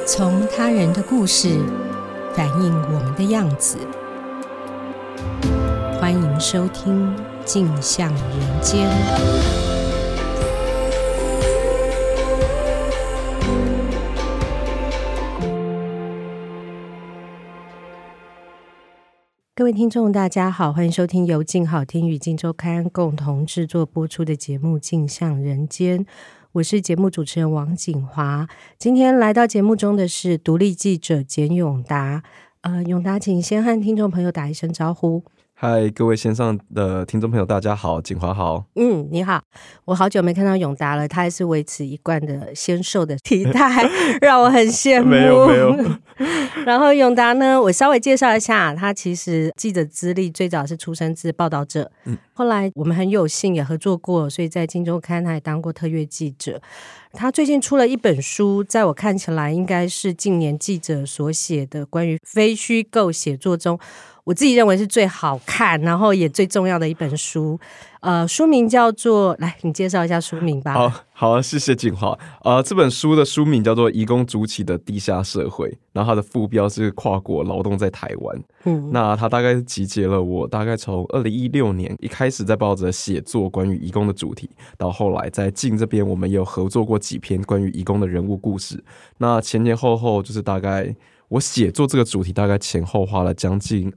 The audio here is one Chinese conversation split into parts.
从他人的故事反映我们的样子。欢迎收听《镜像人间》。各位听众大家好，欢迎收听由镜好听与镜周刊共同制作播出的节目《镜像人间》，我是节目主持人王景华。今天来到节目中的是独立记者简永达。永达，请先和听众朋友打一声招呼。 嗨，各位线上的听众朋友大家好，景华好。 你好，我好久没看到永达了，他还是维持一贯的纤瘦的体态让我很羡慕。没有然后永达呢，我稍微介绍一下，他其实记者资历最早是出生自报道者，后来我们很有幸也合作过，所以在镜周刊他也当过特约记者。他最近出了一本书，在我看起来应该是近年记者所写的关于非虚构写作中我自己认为是最好看然后也最重要的一本书。书名叫做，来你介绍一下书名吧。 好，谢谢景华。这本书的书名叫做《移工主起的地下社会》，然后它的副标是跨国劳动在台湾。那它大概是集结了我大概从2016年一开始在报纸写作关于移工的主题，到后来在镜这边我们也有合作过几篇关于移工的人物故事。那前后就是大概我写作这个主题大概前后花了将近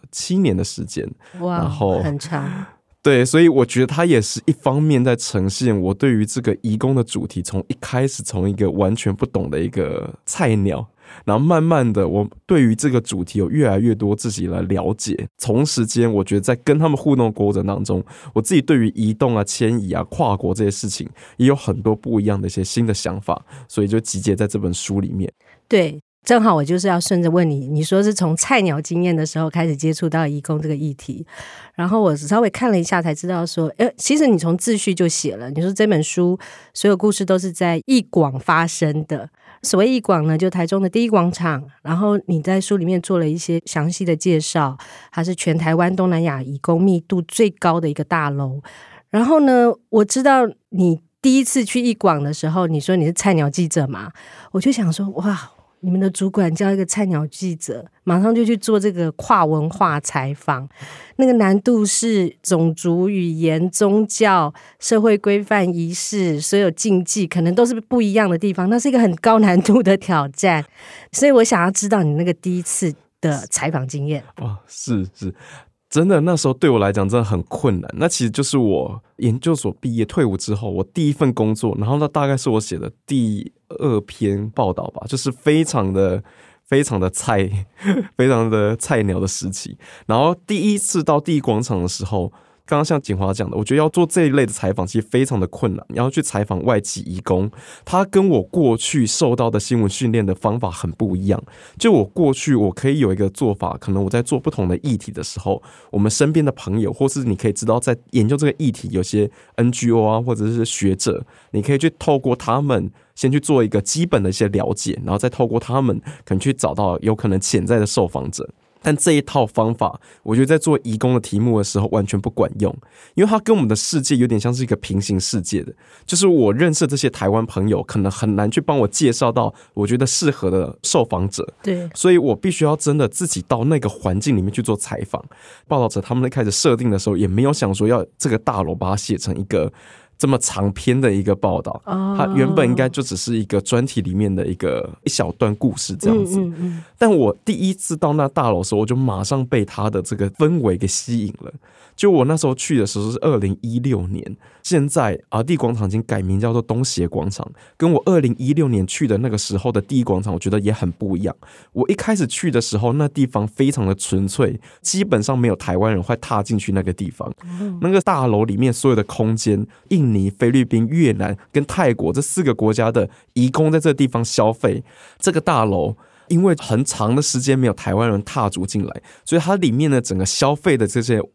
7年的时间。 哇，然后很长。 对，所以我觉得它也是一方面在呈现我对于这个移工的主题从一开始从一个完全不懂的一个菜鸟，然后慢慢的我对于这个主题有越来越多自己来了解。同时间我觉得在跟他们互动的过程当中，我自己对于移动啊、迁移啊、跨国这些事情也有很多不一样的一些新的想法，所以就集结在这本书里面。 对，正好我就是要顺着问你，你说是从菜鸟经验的时候开始接触到移工这个议题，然后我稍微看了一下才知道说，其实你从自序就写了，你说这本书所有故事都是在艺广发生的。所谓艺广呢，就台中的第一广场，然后你在书里面做了一些详细的介绍，它是全台湾东南亚移工密度最高的一个大楼。然后呢，我知道你第一次去艺广的时候，你说你是菜鸟记者嘛，我就想说哇，你们的主管叫一个菜鸟记者马上就去做这个跨文化采访，那个难度是种族、语言、宗教、社会规范、仪式，所有禁忌可能都是不一样的地方，那是一个很高难度的挑战。所以我想要知道你那个第一次的采访经验。 是真的，那时候对我来讲真的很困难。那其实就是我研究所毕业退伍之后我第一份工作，然后那大概是我写的第2篇报道吧，就是非常的菜非常的菜鸟的时期。然后第一次到第一广场的时候，刚刚像景华讲的，我觉得要做这一类的采访其实非常的困难，要去采访外籍移工，他跟我过去受到的新闻训练的方法很不一样。就我过去我可以有一个做法，可能我在做不同的议题的时候，我们身边的朋友或是你可以知道在研究这个议题有些 NGO 啊或者是学者，你可以去透过他们先去做一个基本的一些了解，然后再透过他们可能去找到有可能潜在的受访者。但这一套方法我觉得在做移工的题目的时候完全不管用，因为它跟我们的世界有点像是一个平行世界的，就是我认识这些台湾朋友可能很难去帮我介绍到我觉得适合的受访者。 对， 所以我必须要真的自己到那个环境里面去做采访。报道者他们在开始设定的时候也没有想说要这个大楼把它写成一个这么长篇的一个报道，它原本应该就只是一个专题里面的一小段故事这样子。但我第一次到那大楼的时候，我就马上被它的这个氛围给吸引了。就我那时候去的时候是2016年，现在第一广场已经改名叫做东协广场，跟我2016年去的那个时候的第一广场我觉得也很不一样。我一开始去的时候那地方非常的纯粹，基本上没有台湾人会踏进去那个地方。那个大楼里面所有的空间，印尼、菲律宾、越南跟泰国这4个国家的移工在这个地方消费。这个大楼因为很长的时间没有台湾人踏足进来，所以它里面的整个消费的这些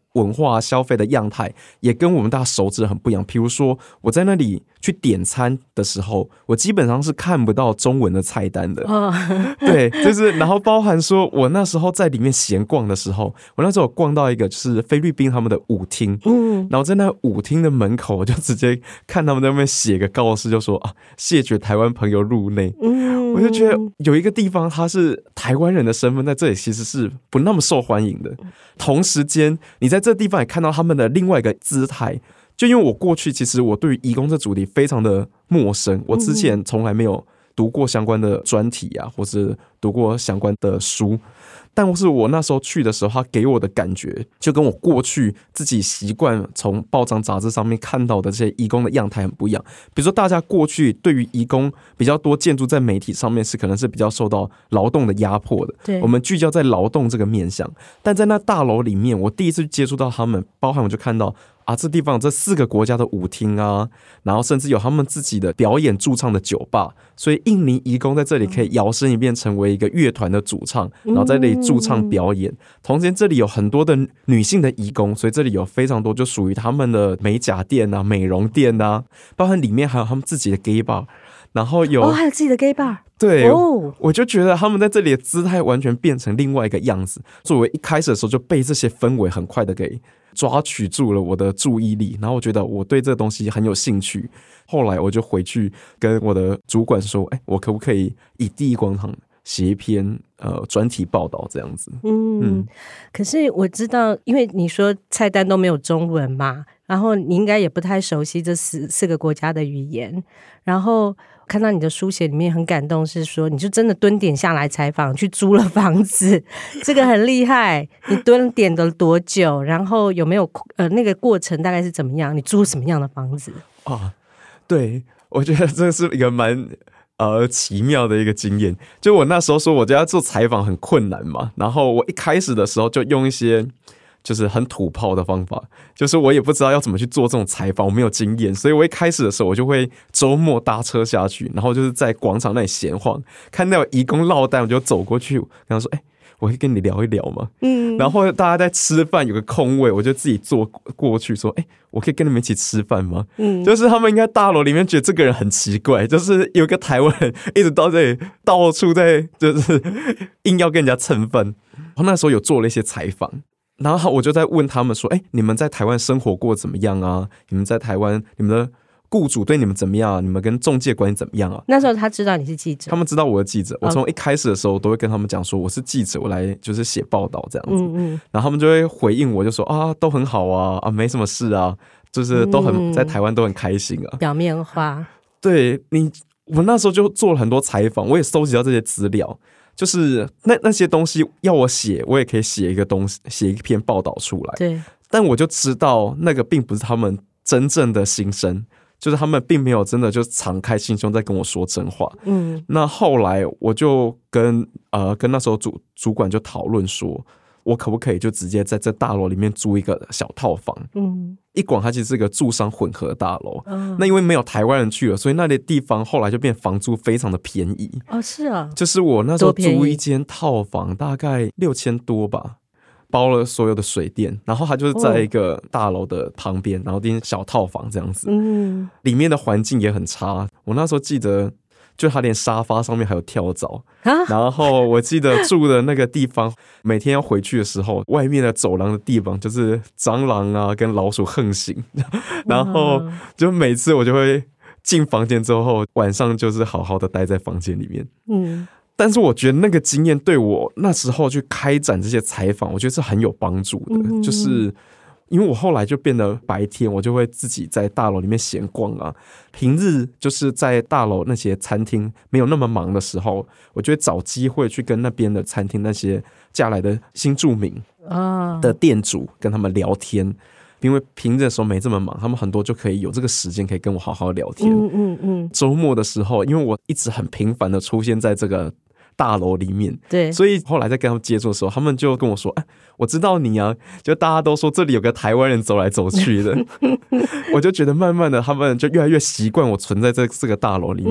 文化消费的样态也跟我们大家熟知的很不一样。比如说我在那里去点餐的时候，我基本上是看不到中文的菜单的。对，就是然后包含说我那时候在里面闲逛的时候，我那时候有逛到一个就是菲律宾他们的舞厅，然后在那舞厅的门口，我就直接看他们在那边写个告示，就说谢绝台湾朋友入内。我就觉得有一个地方他是台湾人的身份在这里其实是不那么受欢迎的，同时间你在这地方也看到他们的另外一个姿态。就因为我过去其实我对于移工这主题非常的陌生，我之前从来没有读过相关的专题啊，或是读过相关的书，但是我那时候去的时候，他给我的感觉就跟我过去自己习惯从报章杂志上面看到的这些移工的样态很不一样。比如说大家过去对于移工比较多建筑在媒体上面是可能是比较受到劳动的压迫的，我们聚焦在劳动这个面向，但在那大楼里面我第一次接触到他们，包含我就看到这地方这4个国家的舞厅啊，然后甚至有他们自己的表演驻唱的酒吧，所以印尼移工在这里可以摇身一变成为一个乐团的主唱，然后在这里驻唱表演。同时这里有很多的女性的移工，所以这里有非常多就属于他们的美甲店啊、美容店啊，包含里面还有他们自己的 gay bar， 然后还有自己的 gay bar。 对，我就觉得他们在这里的姿态完全变成另外一个样子。作为一开始的时候就被这些氛围很快的给抓取住了我的注意力，然后我觉得我对这个东西很有兴趣。后来我就回去跟我的主管说，我可不可以以第一广场写一篇专题报道这样子。 可是我知道，因为你说菜单都没有中文嘛，然后你应该也不太熟悉这四个国家的语言，然后看到你的书写里面很感动，是说你就真的蹲点下来采访，去租了房子，这个很厉害。你蹲点的多久？然后有没有那个过程大概是怎么样？你租什么样的房子？ 对，我觉得这是一个蛮奇妙的一个经验。就我那时候说我觉得做采访很困难嘛，然后我一开始的时候就用一些就是很土炮的方法，就是我也不知道要怎么去做这种采访，我没有经验，所以我一开始的时候我就会周末搭车下去，然后就是在广场那里闲晃，看到有移工落单我就走过去跟他说我可以跟你聊一聊吗？然后大家在吃饭有个空位，我就自己坐过去说我可以跟你们一起吃饭吗？就是他们应该大楼里面觉得这个人很奇怪，就是有一个台湾人一直到这里到处在就是硬要跟人家蹭饭。然后那时候有做了一些采访，然后我就在问他们说你们在台湾生活过怎么样啊？你们在台湾你们的雇主对你们怎么样啊？你们跟仲介关系怎么样啊？ 那时候他知道你是记者， 他们知道我是记者。我从一开始的时候都会跟他们讲说我是记者，我来就是写报道这样子。然后他们就会回应我，就说都很好啊，没什么事啊，就是都很在台湾都很开心啊。 表面化。对， 我那时候就做了很多采访，我也收集到这些资料，就是那些东西要我写，我也可以写一篇报道出来。 对， 但我就知道那个并不是他们真正的心声。就是他们并没有真的就敞开心胸在跟我说真话。那后来我就跟那时候主管就讨论说，我可不可以就直接在这大楼里面租一个小套房。一广它其实是一个住商混合大楼。那因为没有台湾人去了，所以那里地方后来就变房租非常的便宜。 是啊， 就是我那时候租一间套房大概6000多吧，包了所有的水电，然后它就是在一个大楼的旁边，然后一间小套房这样子。里面的环境也很差。我那时候记得就它连沙发上面还有跳蚤。然后我记得住的那个地方每天要回去的时候，外面的走廊的地方就是蟑螂啊跟老鼠横行。然后就每次我就会进房间之后，晚上就是好好的待在房间里面。但是我觉得那个经验对我那时候去开展这些采访，我觉得是很有帮助的。就是因为我后来就变得白天我就会自己在大楼里面闲逛啊，平日就是在大楼那些餐厅没有那么忙的时候，我就会找机会去跟那边的餐厅那些嫁来的新住民的店主跟他们聊天。因为平日的时候没这么忙，他们很多就可以有这个时间可以跟我好好聊天。周末的时候，因为我一直很频繁的出现在这个大楼里面， 对， 所以后来在跟他们接触的时候，他们就跟我说我知道你啊，就大家都说这里有个台湾人走来走去的。我就觉得慢慢的他们就越来越习惯我存在这个大楼里面。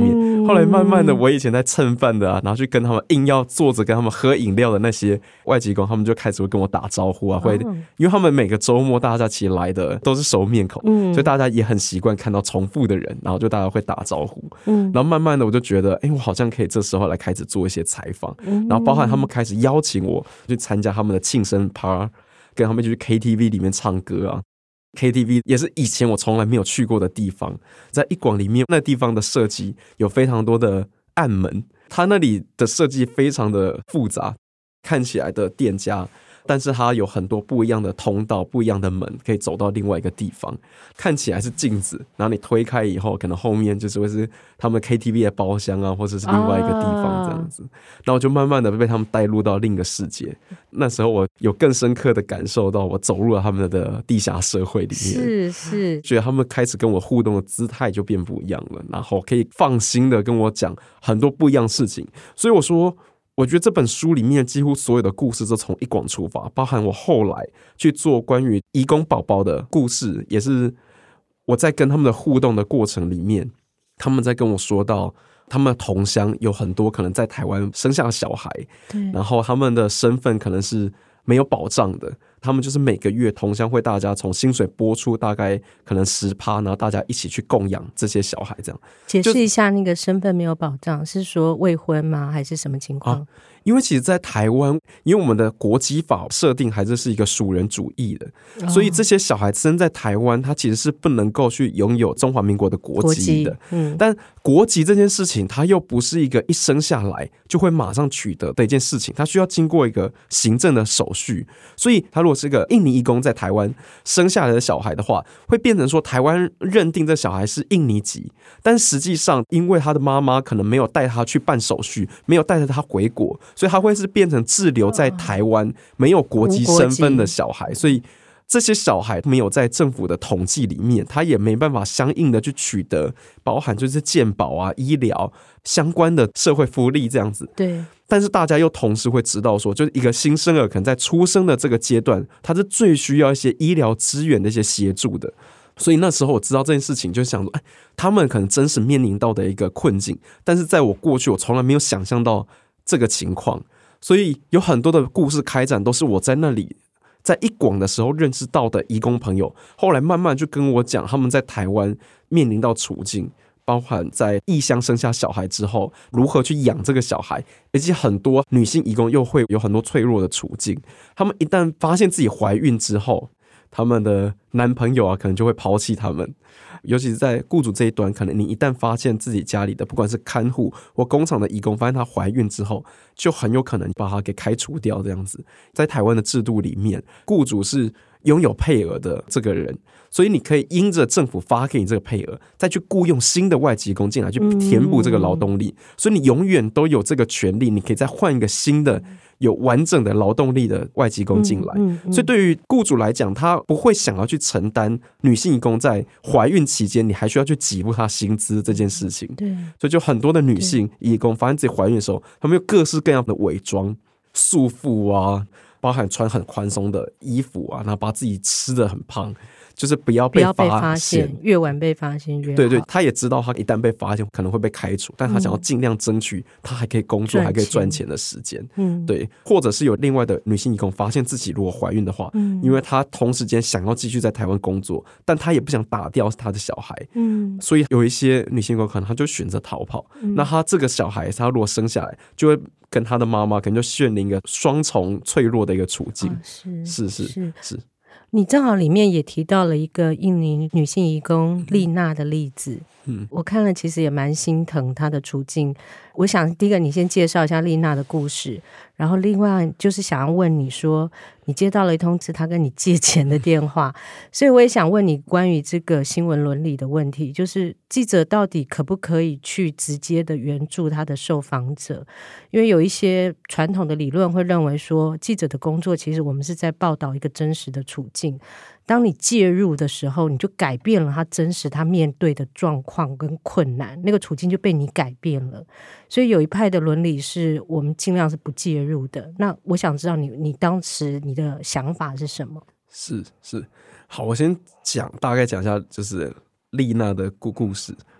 后来慢慢的，我以前在蹭饭的啊，然后去跟他们硬要坐着跟他们喝饮料的那些外籍工，他们就开始会跟我打招呼啊，会因为他们每个周末大家其实来的都是熟面孔，所以大家也很习惯看到重复的人，然后就大家会打招呼，然后慢慢的我就觉得，我好像可以这时候来开始做一些采访，然后包含他们开始邀请我去参加他们的庆生趴，跟他们去 KTV 里面唱歌啊。KTV 也是以前我从来没有去过的地方，在一广里面那地方的设计有非常多的暗门，它那里的设计非常的复杂，看起来的店家，但是它有很多不一样的通道，不一样的门可以走到另外一个地方，看起来是镜子，然后你推开以后可能后面就是会是他们 KTV 的包厢啊，或者是另外一个地方这样子，然后我就慢慢的被他们带入到另一个世界。那时候我有更深刻的感受到我走入了他们的地下社会里面，是觉得他们开始跟我互动的姿态就变不一样了，然后可以放心的跟我讲很多不一样的事情。所以我说我觉得这本书里面几乎所有的故事都从一广出发，包含我后来去做关于移工宝宝的故事，也是我在跟他们的互动的过程里面，他们在跟我说到他们同乡有很多可能在台湾生下小孩，然后他们的身份可能是没有保障的，他们就是每个月同乡会大家从薪水拨出大概可能 10%， 然后大家一起去供养这些小孩这样。 解释一下那个身份没有保障是说未婚吗还是什么情况？ 因为其实在台湾，因为我们的国籍法设定还是一个属人主义的，所以这些小孩生在台湾他其实是不能够去拥有中华民国的国籍的，但国籍这件事情它又不是一个一生下来就会马上取得的一件事情，它需要经过一个行政的手续，所以他如果是个印尼移工在台湾生下来的小孩的话，会变成说台湾认定这小孩是印尼籍，但实际上因为他的妈妈可能没有带他去办手续，没有带着他回国，所以他会是变成滞留在台湾没有国籍身份的小孩，所以这些小孩没有在政府的统计里面，他也没办法相应的去取得包含就是健保啊、医疗相关的社会福利这样子。 对。 但是大家又同时会知道说，就是一个新生儿可能在出生的这个阶段，他是最需要一些医疗资源的一些协助的。所以那时候我知道这件事情，就想说，他们可能真实面临到的一个困境，但是在我过去我从来没有想象到这个情况，所以有很多的故事开展都是我在那里在一广的时候认识到的移工朋友，后来慢慢就跟我讲他们在台湾面临到处境，包含在异乡生下小孩之后如何去养这个小孩，以及很多女性移工又会有很多脆弱的处境，他们一旦发现自己怀孕之后，他们的男朋友啊可能就会抛弃他们，尤其是在雇主这一端，可能你一旦发现自己家里的不管是看护或工厂的移工发现她怀孕之后，就很有可能把她给开除掉这样子。在台湾的制度里面，雇主是拥有配额的这个人，所以你可以因着政府发给你这个配额，再去雇用新的外籍工进来去填补这个劳动力，所以你永远都有这个权利，你可以再换一个新的有完整的劳动力的外籍工进来，所以对于雇主来讲，他不会想要去承担女性移工在怀孕期间你还需要去给付她薪资这件事情。对，所以就很多的女性移工发现自己怀孕的时候，他们有各式各样的伪装束缚啊，包含穿很宽松的衣服啊，然后把自己吃得很胖，就是不要被发现， 越晚被发现越好。 对对，他也知道他一旦被发现可能会被开除，但他想要尽量争取他还可以工作还可以赚钱的时间。对，或者是有另外的女性移工发现自己如果怀孕的话，因为他同时间想要继续在台湾工作，但他也不想打掉他的小孩，所以有一些女性移工可能他就选择逃跑，那他这个小孩他如果生下来就会跟他的妈妈可能就陷临一个双重脆弱的一个处境。是你正好里面也提到了一个印尼女性移工丽娜的例子，我看了其实也蛮心疼她的处境。我想第一个你先介绍一下丽娜的故事，然后另外就是想要问你说你接到了一通知她跟你借钱的电话，所以我也想问你关于这个新闻伦理的问题，就是记者到底可不可以去直接的援助他的受访者，因为有一些传统的理论会认为说记者的工作其实我们是在报道一个真实的处境，当你介入的时候你就改变了他真实他面对的状况跟困难，那个处境就被你改变了，所以有一派的伦理是我们尽量是不介入的。那我想知道你当时你的想法是什么？是好，我先大概讲一下就是丽娜的故事。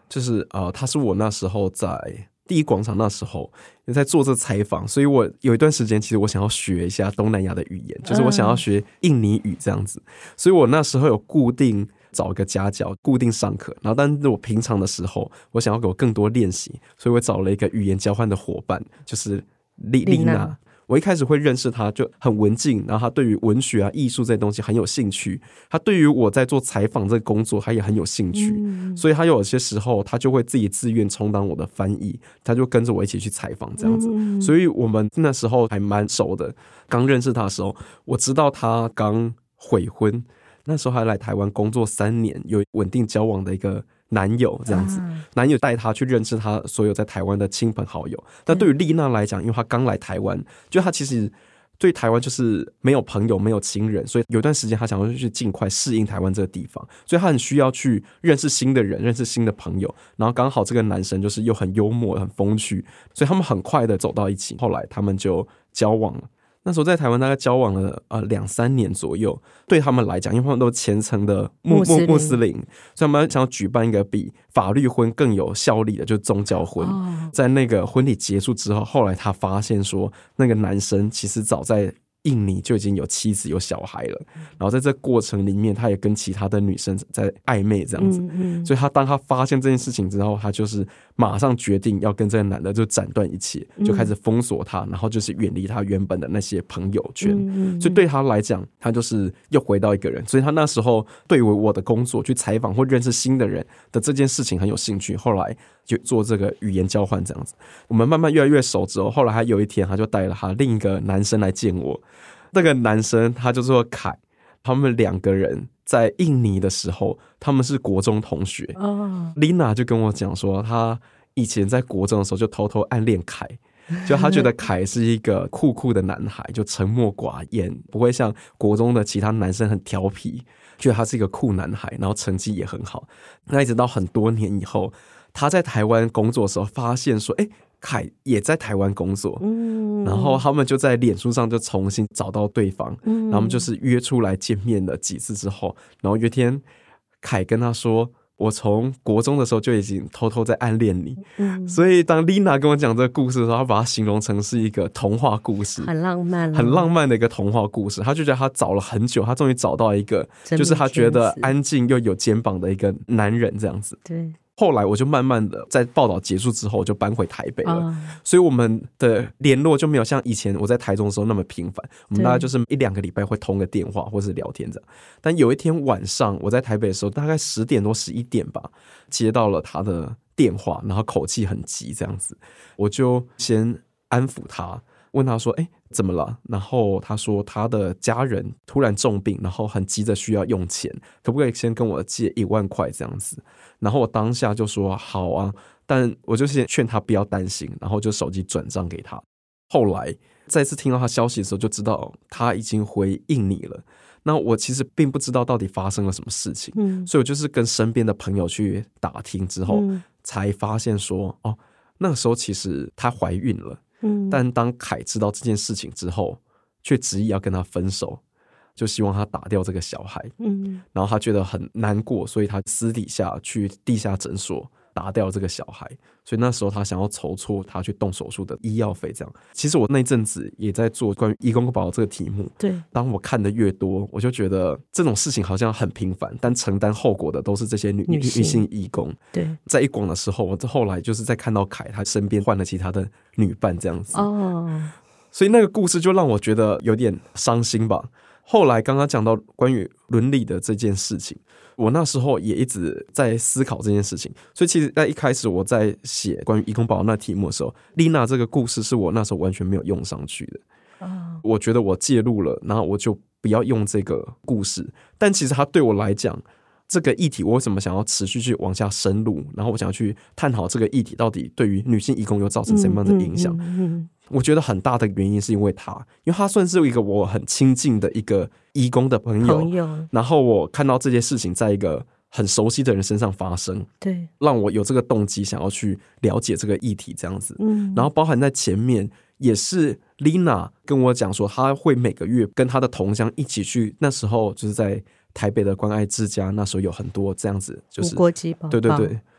就是他是我那时候在第一广场那时候也在做这采访，所以我有一段时间其实我想要学一下东南亚的语言，就是我想要学印尼语这样子，所以我那时候有固定找一个家教固定上课，然后但是我平常的时候我想要给我更多练习，所以我找了一个语言交换的伙伴，就是丽娜。我一开始会认识他就很文静，然后他对于文学啊艺术这些东西很有兴趣，他对于我在做采访这个工作他也很有兴趣，所以他有些时候他就会自己自愿充当我的翻译，他就跟着我一起去采访这样子，所以我们那时候还蛮熟的。刚认识他的时候我知道他刚悔婚，那时候还来台湾工作3年，有稳定交往的一个男友这样子，男友带他去认识他所有在台湾的亲朋好友。但对于丽娜来讲，因为她刚来台湾，就她其实对台湾就是没有朋友没有亲人，所以有段时间她想要去尽快适应台湾这个地方，所以她很需要去认识新的人，认识新的朋友。然后刚好这个男生就是又很幽默很风趣，所以他们很快的走到一起，后来他们就交往了。那时候在台湾大概交往了2-3年左右，对他们来讲，因为他们都虔诚的穆斯林，所以他们想要举办一个比法律婚更有效力的，就是宗教婚。在那个婚礼结束之后，后来他发现说，那个男生其实早在印尼就已经有妻子有小孩了，然后在这过程里面他也跟其他的女生在暧昧这样子，所以当他发现这件事情之后，他就是马上决定要跟这个男的就斩断一切，就开始封锁他，然后就是远离他原本的那些朋友圈，所以对他来讲他就是又回到一个人，所以他那时候对于我的工作去采访或认识新的人的这件事情很有兴趣，后来就做这个语言交换这样子。我们慢慢越来越熟之后，后来他有一天他就带了他另一个男生来见我，那个男生他就说凯，他们2个人在印尼的时候他们是国中同学。Lina 就跟我讲说他以前在国中的时候就偷偷暗恋凯，就他觉得凯是一个酷酷的男孩，就沉默寡言，不会像国中的其他男生很调皮，觉得他是一个酷男孩，然后成绩也很好。那一直到很多年以后他在台湾工作的时候发现说凯也在台湾工作，然后他们就在脸书上就重新找到对方，然后他们就是约出来见面了几次之后，然后有一天凯跟他说我从国中的时候就已经偷偷在暗恋你，所以当 Lina 跟我讲这个故事的时候，他把它形容成是一个童话故事， 很浪漫很浪漫的一个童话故事。他就觉得他找了很久，他终于找到一个就是他觉得安静又有肩膀的一个男人这样子。 对， 后来我就慢慢的在报道结束之后就搬回台北了，所以我们的联络就没有像以前我在台中的时候那么频繁，我们大概就是1-2个礼拜会通个电话或是聊天这样。但有一天晚上我在台北的时候，大概10点多11点吧，接到了他的电话，然后口气很急这样子，我就先安抚他，问他说怎么了？然后他说他的家人突然重病，然后很急着需要用钱，可不可以先跟我借1万块这样子？然后我当下就说好啊，但我就先劝他不要担心，然后就手机转账给他。后来再次听到他消息的时候，就知道他已经回印尼了。那我其实并不知道到底发生了什么事情，所以我就是跟身边的朋友去打听之后，才发现说那个时候其实她怀孕了，但当凯知道这件事情之后，却执意要跟他分手，就希望他打掉这个小孩，然后他觉得很难过，所以他私底下去地下诊所打掉这个小孩，所以那时候他想要筹措他去动手术的医药费这样。其实我那阵子也在做关于移工保这个题目， 对， 当我看的越多，我就觉得这种事情好像很频繁，但承担后果的都是这些女性移工。 对， 在一广的时候，我后来就是在看到凯他身边换了其他的女伴这样子，所以那个故事就让我觉得有点伤心吧。后来刚刚讲到关于伦理的这件事情，我那时候也一直在思考这件事情，所以其实在一开始我在写关于移工保那题目的时候，丽娜这个故事是我那时候完全没有用上去的。我觉得我介入了，然后我就不要用这个故事，但其实它对我来讲，这个议题我为什么想要持续去往下深入，然后我想要去探讨这个议题到底对于女性移工有造成什么样的影响。我觉得很大的原因是因为因为他算是一个我很亲近的一个移工的朋友，然后我看到这些事情在一个很熟悉的人身上发生，对，让我有这个动机想要去了解这个议题这样子。然后包含在前面也是 Lina 跟我讲说，她会每个月跟她的同乡一起去，那时候就是在台北的关爱之家，那时候有很多这样子，就是无国籍宝宝， 对对对，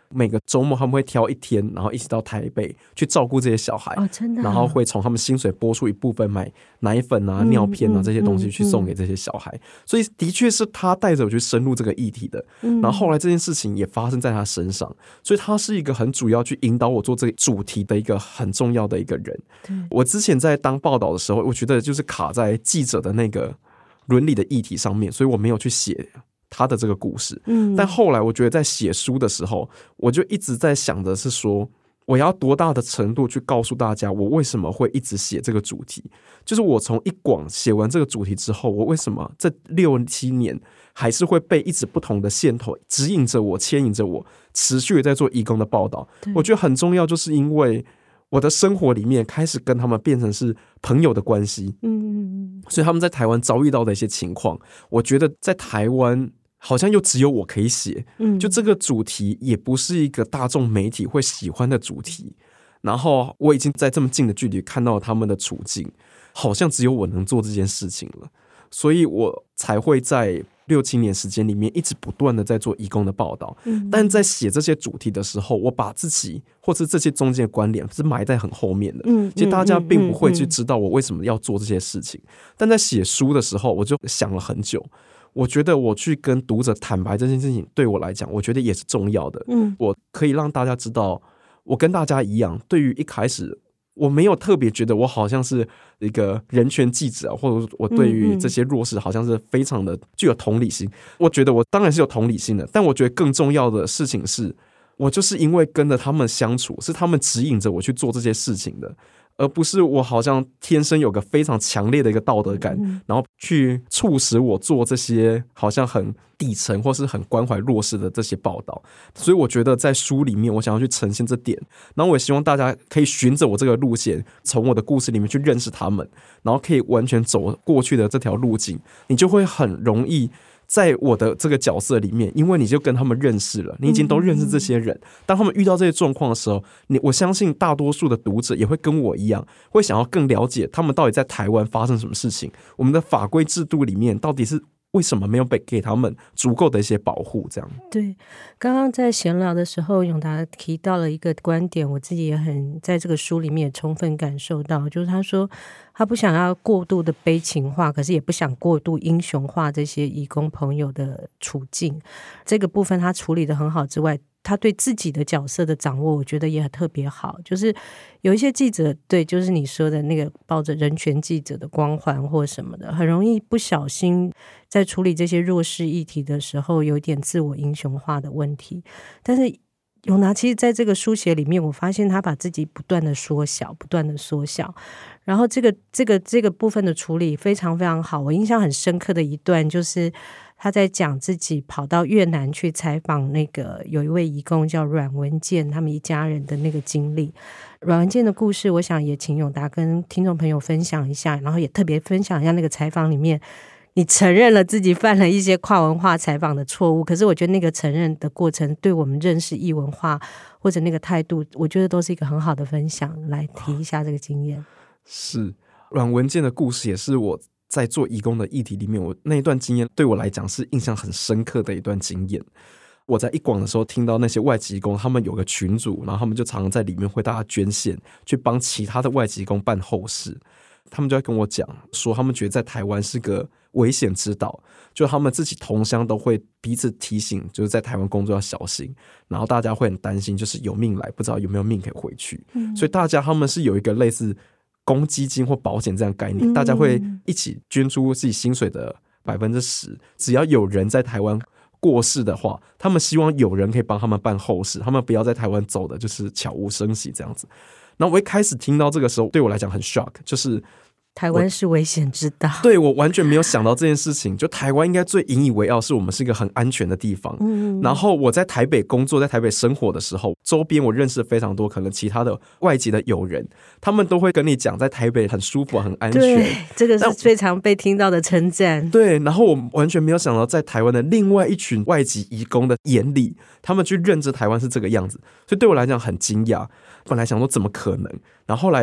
每个周末他们会挑一天，然后一起到台北去照顾这些小孩， 真的然后会从他们薪水拨出一部分买奶粉啊、尿片啊这些东西去送给这些小孩，所以的确是他带着我去深入这个议题的。然后后来这件事情也发生在他身上，所以他是一个很主要去引导我做这个主题的一个很重要的一个人。我之前在当报道的时候，我觉得就是卡在记者的那个伦理的议题上面，所以我没有去写他的这个故事。但后来我觉得在写书的时候，我就一直在想的是说，我要多大的程度去告诉大家我为什么会一直写这个主题，就是我从一广写完这个主题之后，我为什么这6-7年还是会被一直不同的线头指引着我、牵引着我，持续的在做移工的报道。我觉得很重要，就是因为我的生活里面开始跟他们变成是朋友的关系，所以他们在台湾遭遇到的一些情况，我觉得在台湾好像又只有我可以写，就这个主题也不是一个大众媒体会喜欢的主题，然后我已经在这么近的距离看到他们的处境，好像只有我能做这件事情了，所以我才会在6-7年时间里面一直不断的在做移工的报道。但在写这些主题的时候，我把自己或是这些中间的关联是埋在很后面的，其实大家并不会去知道我为什么要做这些事情。但在写书的时候，我就想了很久，我觉得我去跟读者坦白这件事情对我来讲，我觉得也是重要的。我可以让大家知道，我跟大家一样，对于一开始我没有特别觉得我好像是一个人权记者，或者我对于这些弱势好像是非常的具有同理心。我觉得我当然是有同理心的，但我觉得更重要的事情是，我就是因为跟着他们相处，是他们指引着我去做这些事情的，而不是我好像天生有个非常强烈的一个道德感，然后去促使我做这些好像很底层或是很关怀弱势的这些报道。所以我觉得在书里面我想要去呈现这点，然后我也希望大家可以循着我这个路线，从我的故事里面去认识他们，然后可以完全走过去的这条路径，你就会很容易在我的这个角色里面，因为你就跟他们认识了，你已经都认识这些人，当他们遇到这些状况的时候，我相信大多数的读者也会跟我一样，会想要更了解他们到底在台湾发生什么事情，我们的法规制度里面到底是为什么没有给他们足够的一些保护。这样对，刚刚在闲聊的时候，永达提到了一个观点，我自己也很在这个书里面也充分感受到，就是他说他不想要过度的悲情化，可是也不想过度英雄化这些移工朋友的处境。这个部分他处理得很好之外，他对自己的角色的掌握我觉得也很特别好，就是有一些记者，对，就是你说的那个抱着人权记者的光环或什么的，很容易不小心在处理这些弱势议题的时候有一点自我英雄化的问题。但是永达其实在这个书写里面，我发现他把自己不断的缩小，然后这个部分的处理非常非常好。我印象很深刻的一段就是他在讲自己跑到越南去采访那个有一位移工叫阮文健他们一家人的那个经历。阮文健的故事我想也请永达跟听众朋友分享一下，然后也特别分享一下那个采访里面你承认了自己犯了一些跨文化采访的错误，可是我觉得那个承认的过程对我们认识异文化或者那个态度，我觉得都是一个很好的分享，来提一下这个经验。 是阮文健的故事，也是我在做移工的议题里面，我那一段经验对我来讲是印象很深刻的一段经验。我在一广的时候听到那些外籍移工他们有个群组，然后他们就常常在里面会大家捐献去帮其他的外籍移工办后事，他们就在跟我讲说他们觉得在台湾是个危险之岛，就他们自己同乡都会彼此提醒，就是在台湾工作要小心，然后大家会很担心就是有命来不知道有没有命可以回去，所以大家他们是有一个类似公积金或保险这样的概念，大家会一起捐出自己薪水的10%，只要有人在台湾过世的话，他们希望有人可以帮他们办后事，他们不要在台湾走的就是悄无声息这样子。然后我一开始听到这个时候对我来讲很 shock， 就是台湾是危险之岛， 对，我完全没有想到这件事情，就台湾应该最引以为傲是我们是一个很安全的地方，然后我在台北工作在台北生活的时候，周边我认识非常多可能其他的外籍的友人，他们都会跟你讲在台北很舒服很安全， 对，这个是非常被听到的称赞。 对，然后我完全没有想到在台湾的另外一群外籍移工的眼里，他们去认知台湾是这个样子，所以对我来讲很惊讶，本来想说怎么可能，然后后来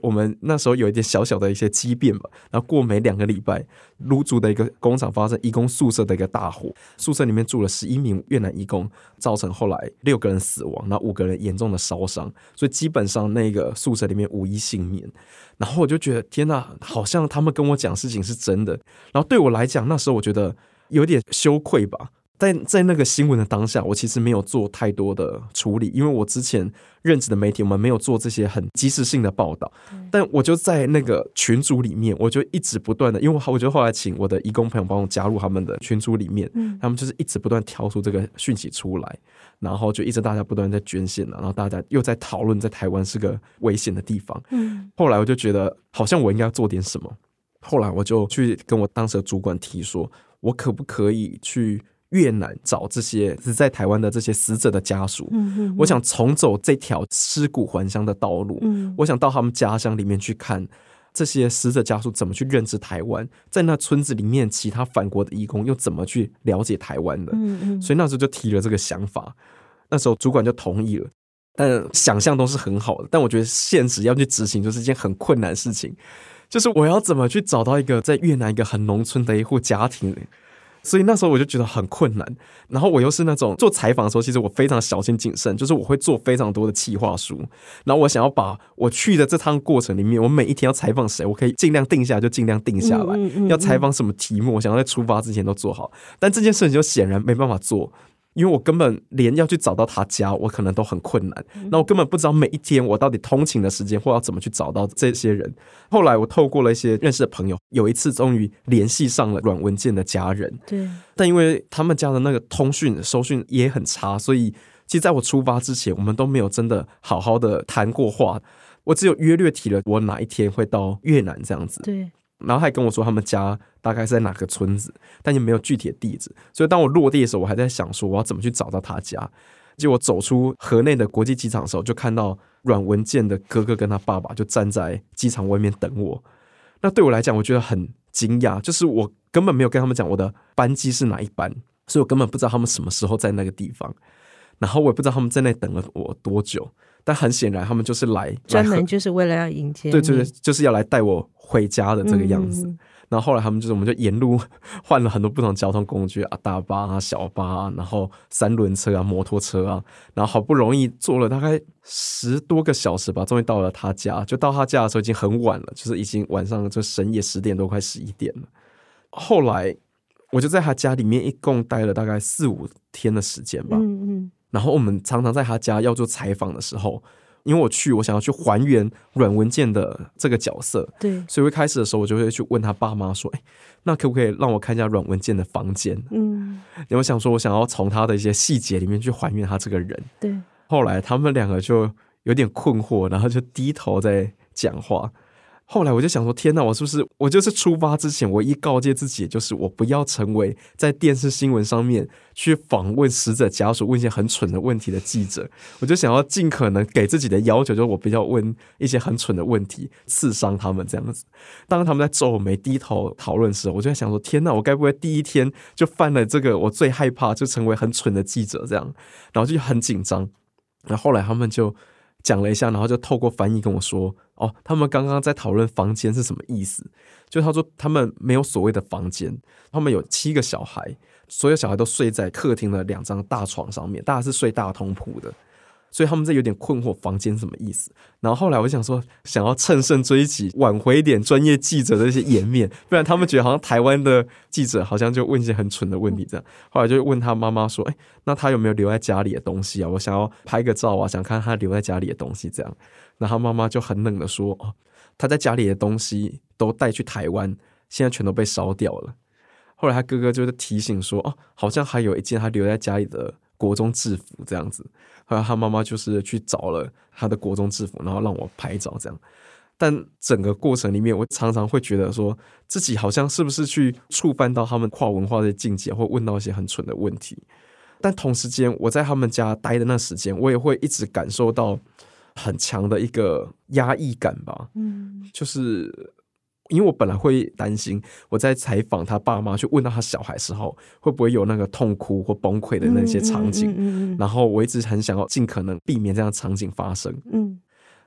我们那时候有一点小小的一些激变吧，然后过没2个礼拜，芦竹的一个工厂发生移工宿舍的一个大火，宿舍里面住了11名越南移工，造成后来6个人死亡，然后5个人严重的烧伤，所以基本上那个宿舍里面无一幸免。然后我就觉得天哪，好像他们跟我讲事情是真的，然后对我来讲那时候我觉得有点羞愧吧。但在那个新闻的当下，我其实没有做太多的处理，因为我之前任职的媒体我们没有做这些很即时性的报道，但我就在那个群组里面，我就一直不断的，因为我就后来请我的移工朋友帮我加入他们的群组里面，他们就是一直不断挑出这个讯息出来，然后就一直大家不断在捐献，然后大家又在讨论在台湾是个危险的地方。后来我就觉得好像我应该要做点什么，后来我就去跟我当时的主管提说，我可不可以去越南找这些在台湾的这些死者的家属，我想重走这条尸骨还乡的道路，我想到他们家乡里面去看这些死者家属怎么去认知台湾，在那村子里面其他返国的移工又怎么去了解台湾的，所以那时候就提了这个想法，那时候主管就同意了。但想象都是很好的，但我觉得现实要去执行就是一件很困难的事情，就是我要怎么去找到一个在越南一个很农村的一户家庭，所以那时候我就觉得很困难。然后我又是那种做采访的时候，其实我非常小心谨慎，就是我会做非常多的企划书，然后我想要把我去的这趟过程里面，我每一天要采访谁，我可以尽量定下来就尽量定下来，要采访什么题目，我想要在出发之前都做好。但这件事情就显然没办法做，因为我根本连要去找到他家我可能都很困难，那我根本不知道每一天我到底通勤的时间或要怎么去找到这些人。后来我透过了一些认识的朋友，有一次终于联系上了阮文健的家人， 对， 但因为他们家的那个通讯收讯也很差，所以其实在我出发之前我们都没有真的好好的谈过话，我只有约略提了我哪一天会到越南这样子， 对， 然后还跟我说他们家大概是在哪个村子，但也没有具体的地址，所以当我落地的时候，我还在想说我要怎么去找到他家。结果走出河内的国际机场的时候，就看到阮文健的哥哥跟他爸爸就站在机场外面等我。那对我来讲我觉得很惊讶，就是我根本没有跟他们讲我的班机是哪一班，所以我根本不知道他们什么时候在那个地方，然后我也不知道他们在那里等了我多久，但很显然他们就是来专门就是为了要迎接你， 对对对，就是要来带我回家的这个样子。然后后来他们我们就沿路换了很多不同的交通工具啊，大巴啊、小巴啊，然后3轮车啊、摩托车啊，然后好不容易坐了大概10多个小时吧，终于到了他家。就到他家的时候已经很晚了，就是已经晚上就深夜10点多快11点了。后来我就在他家里面一共待了大概4-5天的时间吧。然后我们常常在他家要做采访的时候，因为我想要去还原阮文健的这个角色， 对， 所以一开始的时候我就会去问他爸妈说，那可不可以让我看一下阮文健的房间？我想说我想要从他的一些细节里面去还原他这个人。 对， 后来他们2个就有点困惑，然后就低头在讲话。后来我就想说天哪，我就是出发之前我一告诫自己，就是我不要成为在电视新闻上面去访问死者家属问一些很蠢的问题的记者，我就想要尽可能给自己的要求，就是我不要问一些很蠢的问题刺伤他们这样子。当他们在皱眉低头讨论的时候，我就在想说天哪，我该不会第一天就犯了这个我最害怕就成为很蠢的记者这样，然后就很紧张。然后后来他们就讲了一下，然后就透过翻译跟我说，他们刚刚在讨论房间是什么意思。就他说他们没有所谓的房间，他们有7个小孩，所有小孩都睡在客厅的2张大床上面，大家是睡大通铺的，所以他们在有点困惑房间什么意思。然后后来我想说想要乘胜追击，挽回一点专业记者的一些颜面，不然他们觉得好像台湾的记者好像就问一些很蠢的问题这样。后来就问他妈妈说，那他有没有留在家里的东西啊？我想要拍个照啊，想看他留在家里的东西这样。然后他妈妈就很冷的说，他在家里的东西都带去台湾，现在全都被烧掉了。后来他哥哥就提醒说，好像还有一件他留在家里的国中制服这样子。后来他妈妈就是去找了他的国中制服，然后让我拍照这样。但整个过程里面我常常会觉得说自己好像是不是去触犯到他们跨文化的境界，或问到一些很蠢的问题。但同时间我在他们家待的那时间，我也会一直感受到很强的一个压抑感吧。就是因为我本来会担心我在采访他爸妈去问到他小孩时候会不会有那个痛哭或崩溃的那些场景，然后我一直很想要尽可能避免这样的场景发生。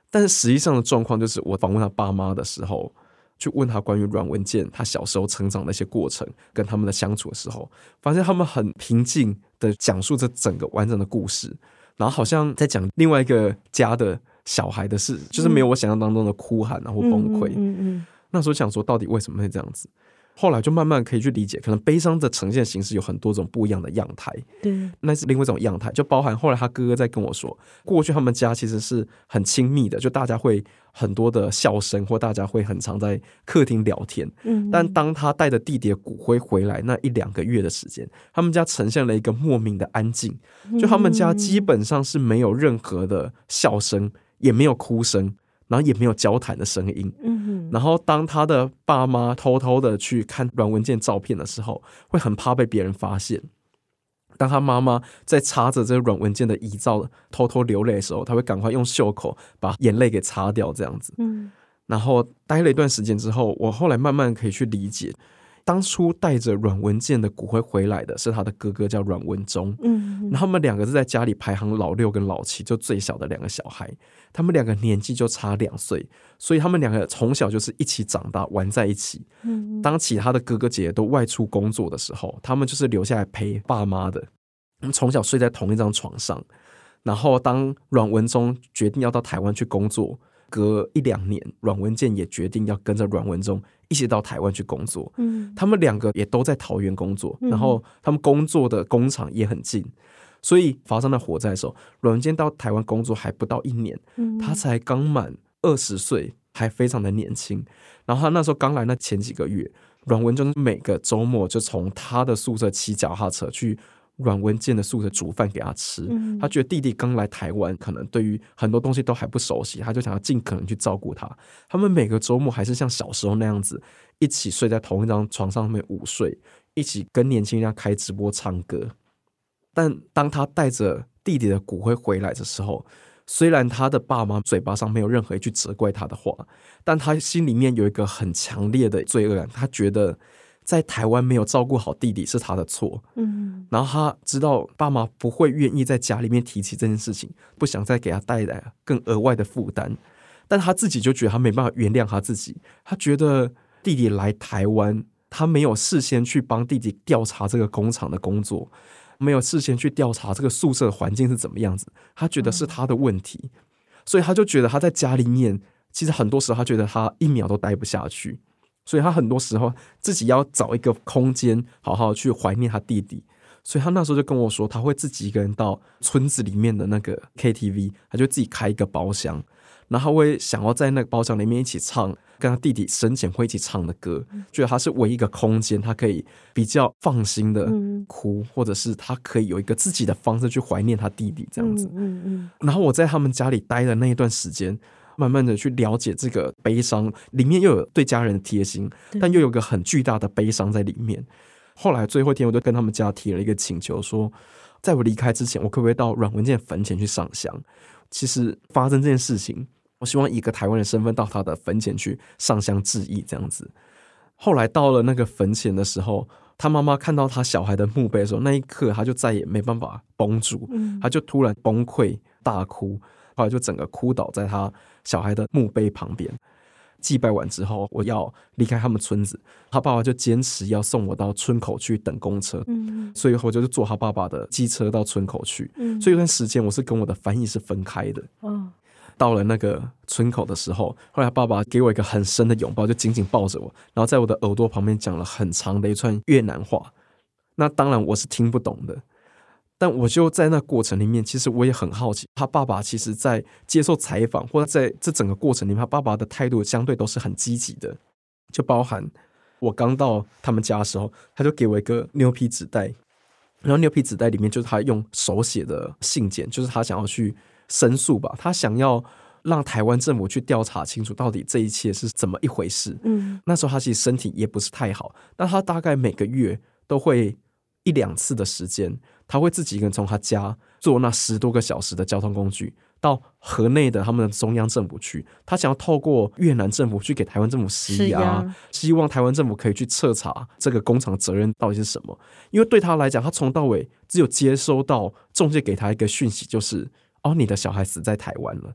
但是实际上的状况就是我访问他爸妈的时候，去问他关于阮文健他小时候成长的一些过程跟他们的相处的时候，发现他们很平静的讲述这整个完整的故事，然后好像在讲另外一个家的小孩的事，就是没有我想象当中的哭喊或崩溃。那时候想说到底为什么会这样子，后来就慢慢可以去理解，可能悲伤的呈现形式有很多种不一样的样态。 对， 那是另外一种样态，就包含后来他哥哥在跟我说，过去他们家其实是很亲密的，就大家会很多的笑声，或大家会很常在客厅聊天。但当他带着弟弟的骨灰回来那1-2个月的时间，他们家呈现了一个莫名的安静，就他们家基本上是没有任何的笑声，也没有哭声，然后也没有交谈的声音。然后当他的爸妈偷偷的去看阮文健照片的时候，会很怕被别人发现。当他妈妈在擦着这个阮文健的遗照偷偷流泪的时候，他会赶快用袖口把眼泪给擦掉这样子。然后待了一段时间之后，我后来慢慢可以去理解，当初带着阮文健的骨灰回来的是他的哥哥叫阮文忠。然后他们2个是在家里排行老6跟老7，就最小的2个小孩，他们2个年纪就差2岁，所以他们2个从小就是一起长大，玩在一起。当其他的哥哥姐姐都外出工作的时候，他们就是留下来陪爸妈的，他们从小睡在同一张床上。然后当阮文忠决定要到台湾去工作，隔1-2年阮文健也决定要跟着阮文忠一起到台湾去工作。他们2个也都在桃园工作，然后他们工作的工厂也很近，所以发生了火灾的时候，阮文健到台湾工作还不到1年，他才刚满20岁，还非常的年轻。然后他那时候刚来那前几个月，阮文忠每个周末就从他的宿舍骑脚踏车去阮文健的宿舍煮饭给他吃。他觉得弟弟刚来台湾，可能对于很多东西都还不熟悉，他就想要尽可能去照顾他。他们每个周末还是像小时候那样子，一起睡在同一张床上面午睡，一起跟年轻人开直播唱歌。但当他带着弟弟的骨灰回来的时候，虽然他的爸妈嘴巴上没有任何一句责怪他的话，但他心里面有一个很强烈的罪恶感，他觉得在台湾没有照顾好弟弟是他的错。然后他知道爸妈不会愿意在家里面提起这件事情，不想再给他带来更额外的负担，但他自己就觉得他没办法原谅他自己。他觉得弟弟来台湾，他没有事先去帮弟弟调查这个工厂的工作，没有事先去调查这个宿舍的环境是怎么样子，他觉得是他的问题。所以他就觉得他在家里面，其实很多时候他觉得他1秒都待不下去，所以他很多时候自己要找一个空间好好去怀念他弟弟。所以他那时候就跟我说，他会自己一个人到村子里面的那个 KTV， 他就自己开一个包厢，然后他会想要在那个包厢里面一起唱跟他弟弟生前会一起唱的歌，觉得他是唯一一个空间，他可以比较放心的哭，或者是他可以有一个自己的方式去怀念他弟弟这样子。然后我在他们家里待的那一段时间，慢慢的去了解这个悲伤，里面又有对家人的贴心，但又有个很巨大的悲伤在里面。后来最后一天，我就跟他们家提了一个请求，说在我离开之前，我可不可以到阮文健坟前去上香。其实发生这件事情，我希望以一个台湾人身份到他的坟前去上香致意这样子。后来到了那个坟前的时候，他妈妈看到他小孩的墓碑的时候，那一刻他就再也没办法绷住，他就突然崩溃大哭，后来就整个哭倒在他小孩的墓碑旁边。祭拜完之后，我要离开他们村子，他爸爸就坚持要送我到村口去等公车，所以我就坐他爸爸的机车到村口去。所以有段时间我是跟我的翻译是分开的。到了那个村口的时候，后来爸爸给我一个很深的拥抱，就紧紧抱着我，然后在我的耳朵旁边讲了很长的一串越南话。那当然我是听不懂的，但我就在那过程里面，其实我也很好奇，他爸爸其实在接受采访或者在这整个过程里面，他爸爸的态度相对都是很积极的。就包含我刚到他们家的时候，他就给我一个牛皮纸袋，然后牛皮纸袋里面就是他用手写的信件，就是他想要去申诉吧，他想要让台湾政府去调查清楚到底这一切是怎么一回事。那时候他其实身体也不是太好，但他大概每个月都会1-2次的时间，他会自己一个人从他家坐那10多个小时的交通工具到河内的他们的中央政府去，他想要透过越南政府去给台湾政府施压，希望台湾政府可以去彻查这个工厂责任到底是什么。因为对他来讲，他从到尾只有接收到中介给他一个讯息，就是你的小孩死在台湾了，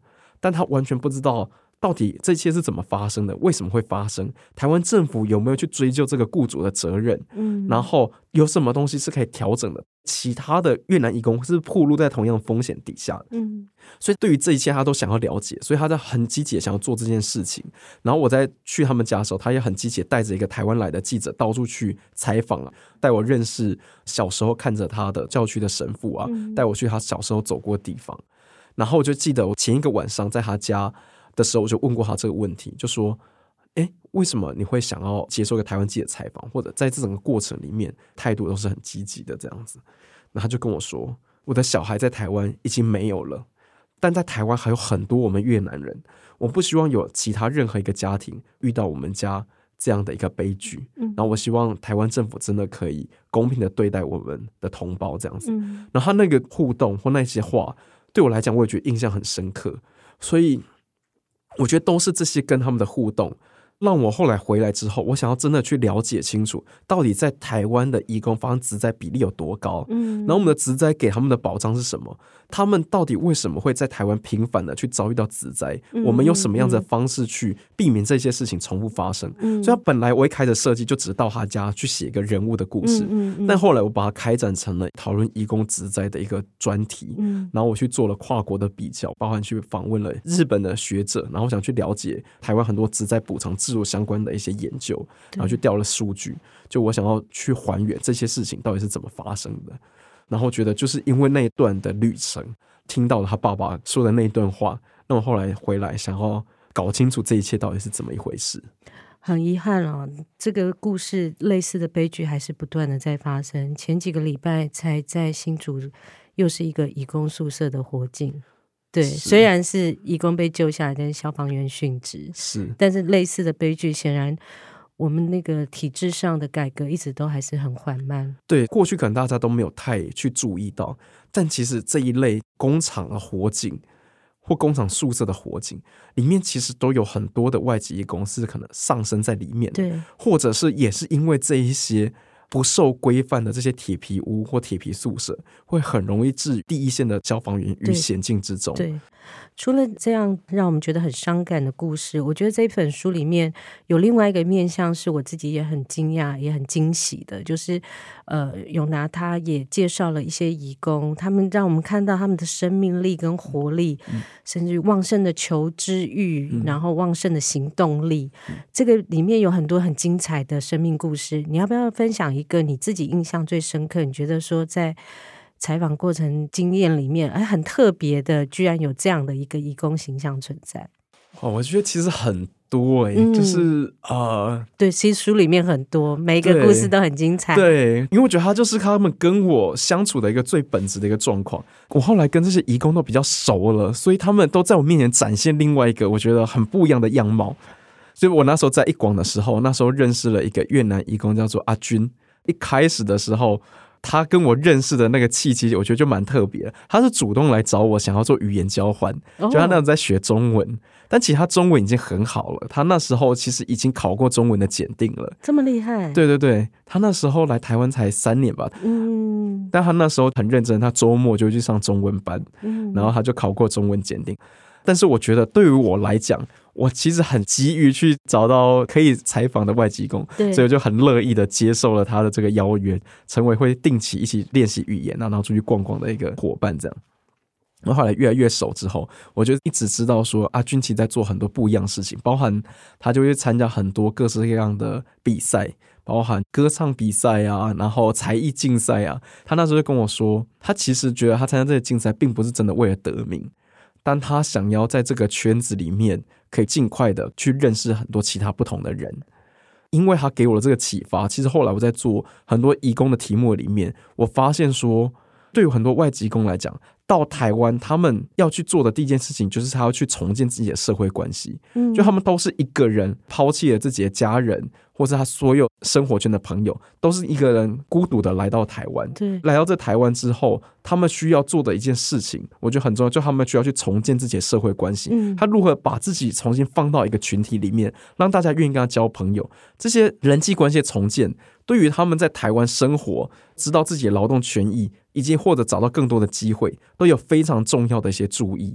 但他完全不知道到底这一切是怎么发生的，为什么会发生，台湾政府有没有去追究这个雇主的责任，然后有什么东西是可以调整的，其他的越南移工是暴露在同样风险底下的，所以对于这一切他都想要了解，所以他在很积极想要做这件事情。然后我在去他们家的时候，他也很积极带着一个台湾来的记者到处去采访，带我认识小时候看着他的教区的神父啊，带我去他小时候走过的地方。然后我就记得我前一个晚上在他家的时候，我就问过他这个问题，就说为什么你会想要接受一个台湾记者采访，或者在这整个过程里面态度都是很积极的这样子。然后他就跟我说，我的小孩在台湾已经没有了，但在台湾还有很多我们越南人，我不希望有其他任何一个家庭遇到我们家这样的一个悲剧，然后我希望台湾政府真的可以公平的对待我们的同胞这样子。然后他那个互动或那些话对我来讲我也觉得印象很深刻，所以我觉得都是这些跟他们的互动让我后来回来之后，我想要真的去了解清楚到底在台湾的移工发生职灾比例有多高，然后我们的职灾给他们的保障是什么，他们到底为什么会在台湾频繁的去遭遇到职灾，我们有什么样子的方式去避免这些事情重复发生。所以他本来我一开始设计就只是到他家去写一个人物的故事，但后来我把它开展成了讨论移工职灾的一个专题，然后我去做了跨国的比较，包含去访问了日本的学者，然后我想去了解台湾很多职灾补偿制度相关的一些研究，然后去调了数据，就我想要去还原这些事情到底是怎么发生的。然后觉得就是因为那一段的旅程，听到了他爸爸说的那一段话，那我后来回来想要搞清楚这一切到底是怎么一回事。 很遗憾哦，这个故事类似的悲剧还是不断的在发生。前几个礼拜才在新竹又是一个移工宿舍的火警，对，虽然是移工被救下来，但是消防员殉职，但是类似的悲剧显然我们那个体制上的改革一直都还是很缓慢。 对，过去可能大家都没有太去注意到，但其实这一类工厂的火警或工厂宿舍的火警里面其实都有很多的外籍移工是可能上升在里面， 对，或者是也是因为这一些不受规范的这些铁皮屋或铁皮宿舍，会很容易置第一线的消防员于险境之中。 对，除了这样让我们觉得很伤感的故事，我觉得这本书里面有另外一个面向是我自己也很惊讶也很惊喜的，就是永拿他也介绍了一些移工，他们让我们看到他们的生命力跟活力，甚至旺盛的求知欲，然后旺盛的行动力，这个里面有很多很精彩的生命故事。你要不要分享一个你自己印象最深刻，你觉得说在采访过程经验里面很特别的，居然有这样的一个移工形象存在？ 我觉得其实很多就是对，其实书里面很多，每一个故事都很精彩。 对，因为我觉得他就是他们跟我相处的一个最本质的一个状况。我后来跟这些移工都比较熟了，所以他们都在我面前展现另外一个我觉得很不一样的样貌。所以我那时候在一广的时候，那时候认识了一个越南移工叫做阿军。一开始的时候他跟我认识的那个契机我觉得就蛮特别的，他是主动来找我想要做语言交换，就他那时候在学中文，但其实他中文已经很好了，他那时候其实已经考过中文的检定了。 这么厉害？ 对对对，他那时候来台湾才3年吧，但他那时候很认真，他周末就去上中文班，然后他就考过中文检定。但是我觉得对于我来讲，我其实很急于去找到可以采访的外籍工，所以我就很乐意的接受了他的这个邀约，成为会定期一起练习语言然后出去逛逛的一个伙伴这样。然后后来越来越熟之后，我就一直知道说阿军其实在做很多不一样的事情，包含他就会参加很多各式各样的比赛，包含歌唱比赛啊，然后才艺竞赛啊。他那时候就跟我说，他其实觉得他参加这些竞赛并不是真的为了得名，但他想要在这个圈子里面可以尽快的去认识很多其他不同的人。因为他给我的这个启发，其实后来我在做很多移工的题目里面，我发现说对于很多外籍工来讲，到台湾他们要去做的第一件事情就是他要去重建自己的社会关系，就他们都是一个人抛弃了自己的家人或是他所有生活圈的朋友，都是一个人孤独的来到台湾。来到这台湾之后，他们需要做的一件事情我觉得很重要，就他们需要去重建自己的社会关系，他如何把自己重新放到一个群体里面，让大家愿意跟他交朋友，这些人际关系的重建对于他们在台湾生活，知道自己的劳动权益以及或者找到更多的机会，都有非常重要的一些注意。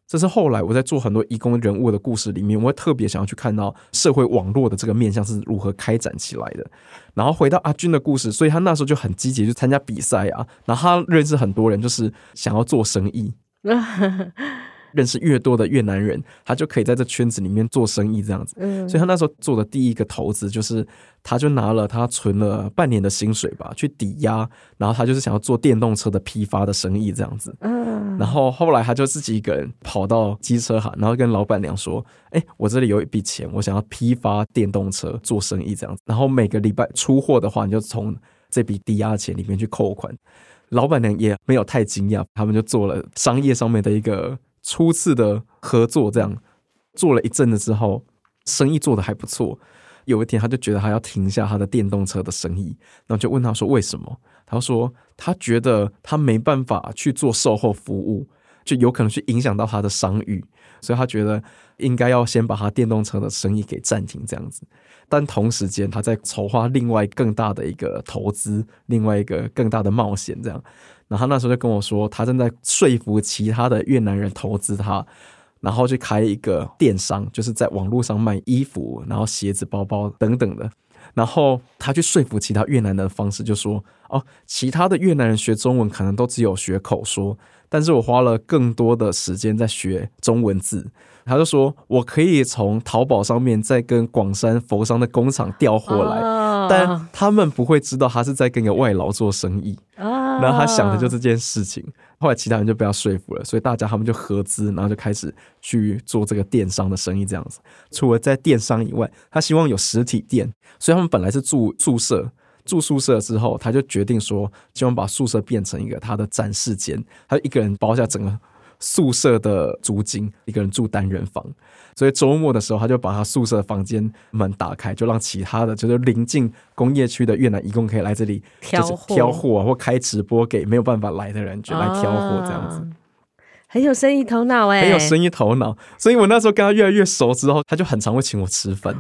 这是后来我在做很多移工人物的故事里面，我会特别想要去看到社会网络的这个面向是如何开展起来的。然后回到阿军的故事，所以他那时候就很积极去参加比赛啊，然后他认识很多人，就是想要做生意认识越多的越南人，他就可以在这圈子里面做生意这样子。所以他那时候做的第一个投资就是，他就拿了他存了半年的薪水吧，去抵押，然后他就是想要做电动车的批发的生意这样子。然后后来他就自己一个人跑到机车行，然后跟老板娘说：“我这里有一笔钱，我想要批发电动车做生意这样子。然后每个礼拜出货的话，你就从这笔抵押钱里面去扣款。”老板娘也没有太惊讶，他们就做了商业上面的一个初次的合作，这样做了一阵子之后，生意做得还不错。有一天他就觉得他要停下他的电动车的生意，然后就问他说为什么？他说他觉得他没办法去做售后服务，就有可能去影响到他的商誉，所以他觉得应该要先把他电动车的生意给暂停这样子。但同时间他在筹划另外更大的一个投资，另外一个更大的冒险这样。然后他那时候就跟我说，他正在说服其他的越南人投资他，然后去开一个电商，就是在网络上卖衣服，然后鞋子、包包等等的。然后他去说服其他越南人的方式就说，其他的越南人学中文可能都只有学口说，但是我花了更多的时间在学中文字。他就说我可以从淘宝上面再跟广山、佛山的工厂调货来，但他们不会知道他是在跟一个外劳做生意。然后他想的就这件事情，后来其他人就被他说服了，所以大家他们就合资，然后就开始去做这个电商的生意这样子。除了在电商以外，他希望有实体店，所以他们本来是住宿舍，住宿舍之后他就决定说希望把宿舍变成一个他的展示间，他就一个人包下整个宿舍的租金，一个人住单人房。所以周末的时候他就把他宿舍房间门打开，就让其他的就是临近工业区的越南移工可以来这里就是挑货或开直播给没有办法来的人就来挑货这样子。 很有生意头脑很有生意头脑。所以我那时候跟他越来越熟之后，他就很常会请我吃饭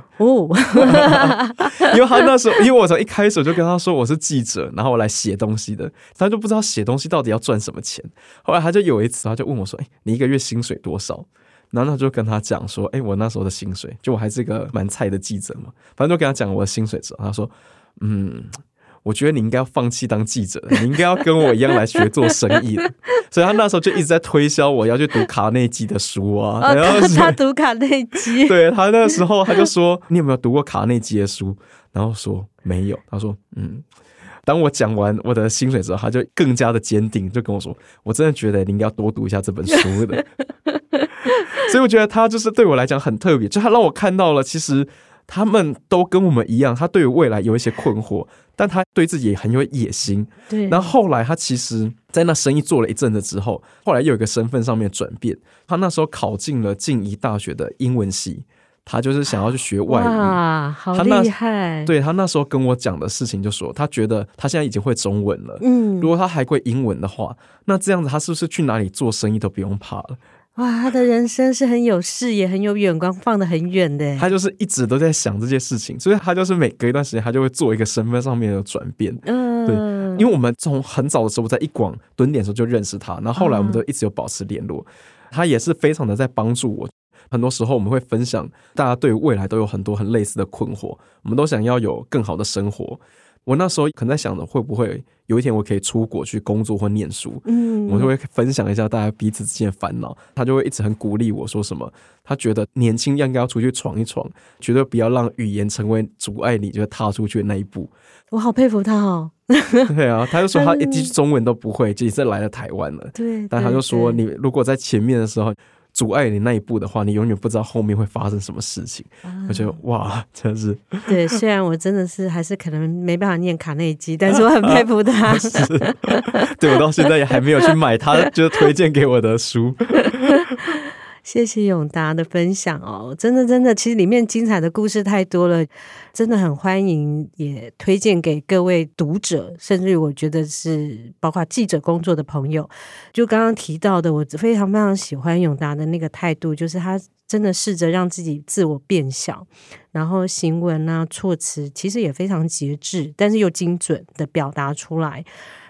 因为他那时候，因为我从一开始就跟他说我是记者，然后我来写东西的，他就不知道写东西到底要赚什么钱。后来他就有一次他就问我说你一个月薪水多少？然后他就跟他讲说我那时候的薪水，就我还是一个蛮菜的记者嘛，反正就跟他讲我的薪水之后，他说我觉得你应该要放弃当记者，你应该要跟我一样来学做生意的。所以他那时候就一直在推销我要去读卡内基的书啊。然后他读卡内基对，他那时候他就说你有没有读过卡内基的书？然后说没有。他说当我讲完我的薪水之后，他就更加的坚定，就跟我说我真的觉得你应该要多读一下这本书的所以我觉得他就是对我来讲很特别，就他让我看到了其实他们都跟我们一样，他对于未来有一些困惑，但他对自己也很有野心。 对。 然后后来他其实在那生意做了一阵子之后，后来又有一个身份上面转变，他那时候考进了静宜大学的英文系，他就是想要去学外语。 哇，好厉害。 对，他那时候跟我讲的事情就说他觉得他现在已经会中文了，如果他还会英文的话，那这样子他是不是去哪里做生意都不用怕了。 哇，他的人生是很有视野很有眼光，放得很远的。 他就是一直都在想这些事情，所以他就是每隔一段时间他就会做一个身份上面的转变。对，因为我们从很早的时候在一广蹲点的时候就认识他，然后后来我们都一直有保持联络。他也是非常的在帮助我，很多时候我们会分享大家对未来都有很多很类似的困惑，我们都想要有更好的生活。我那时候可能在想着会不会有一天我可以出国去工作或念书，我就会分享一下大家彼此之间的烦恼。他就会一直很鼓励我说什么他觉得年轻应该要出去闯一闯，绝对不要让语言成为阻碍你就踏出去的那一步。 我好佩服他哦对啊，他就说他一句中文都不会，就已经来了台湾了。 对， 但他就说你如果在前面的时候阻碍你那一步的话，你永远不知道后面会发生什么事情。我觉得哇，真的是对。虽然我真的是还是可能没办法念卡内基，但是我很佩服他。 对，我到现在也还没有去买他就是推荐给我的书。 谢谢永达的分享哦，真的，其实里面精彩的故事太多了，真的很欢迎，也推荐给各位读者，甚至于我觉得是包括记者工作的朋友。就刚刚提到的，我非常非常喜欢永达的那个态度，就是他真的试着让自己自我变小，然后行文啊措辞其实也非常节制，但是又精准的表达出来。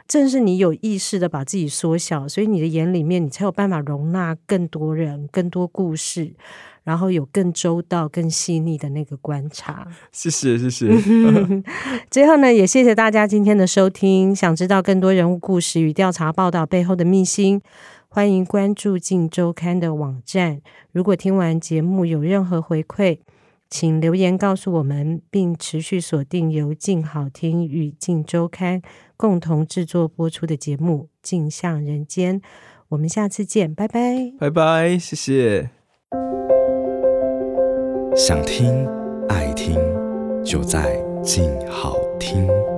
正是你有意识的把自己缩小，所以你的眼里面你才有办法容纳更多人、更多故事，然后有更周到、更细腻的那个观察。 谢谢。 最后呢，也谢谢大家今天的收听。想知道更多人物故事与调查报道背后的秘辛，欢迎关注镜周刊的网站。如果听完节目有任何回馈，请留言告诉我们，并持续锁定由镜好听与镜周刊共同制作播出的节目《镜像人间》。我们下次见，拜拜。 拜拜，谢谢。 想听爱听，就在镜好听。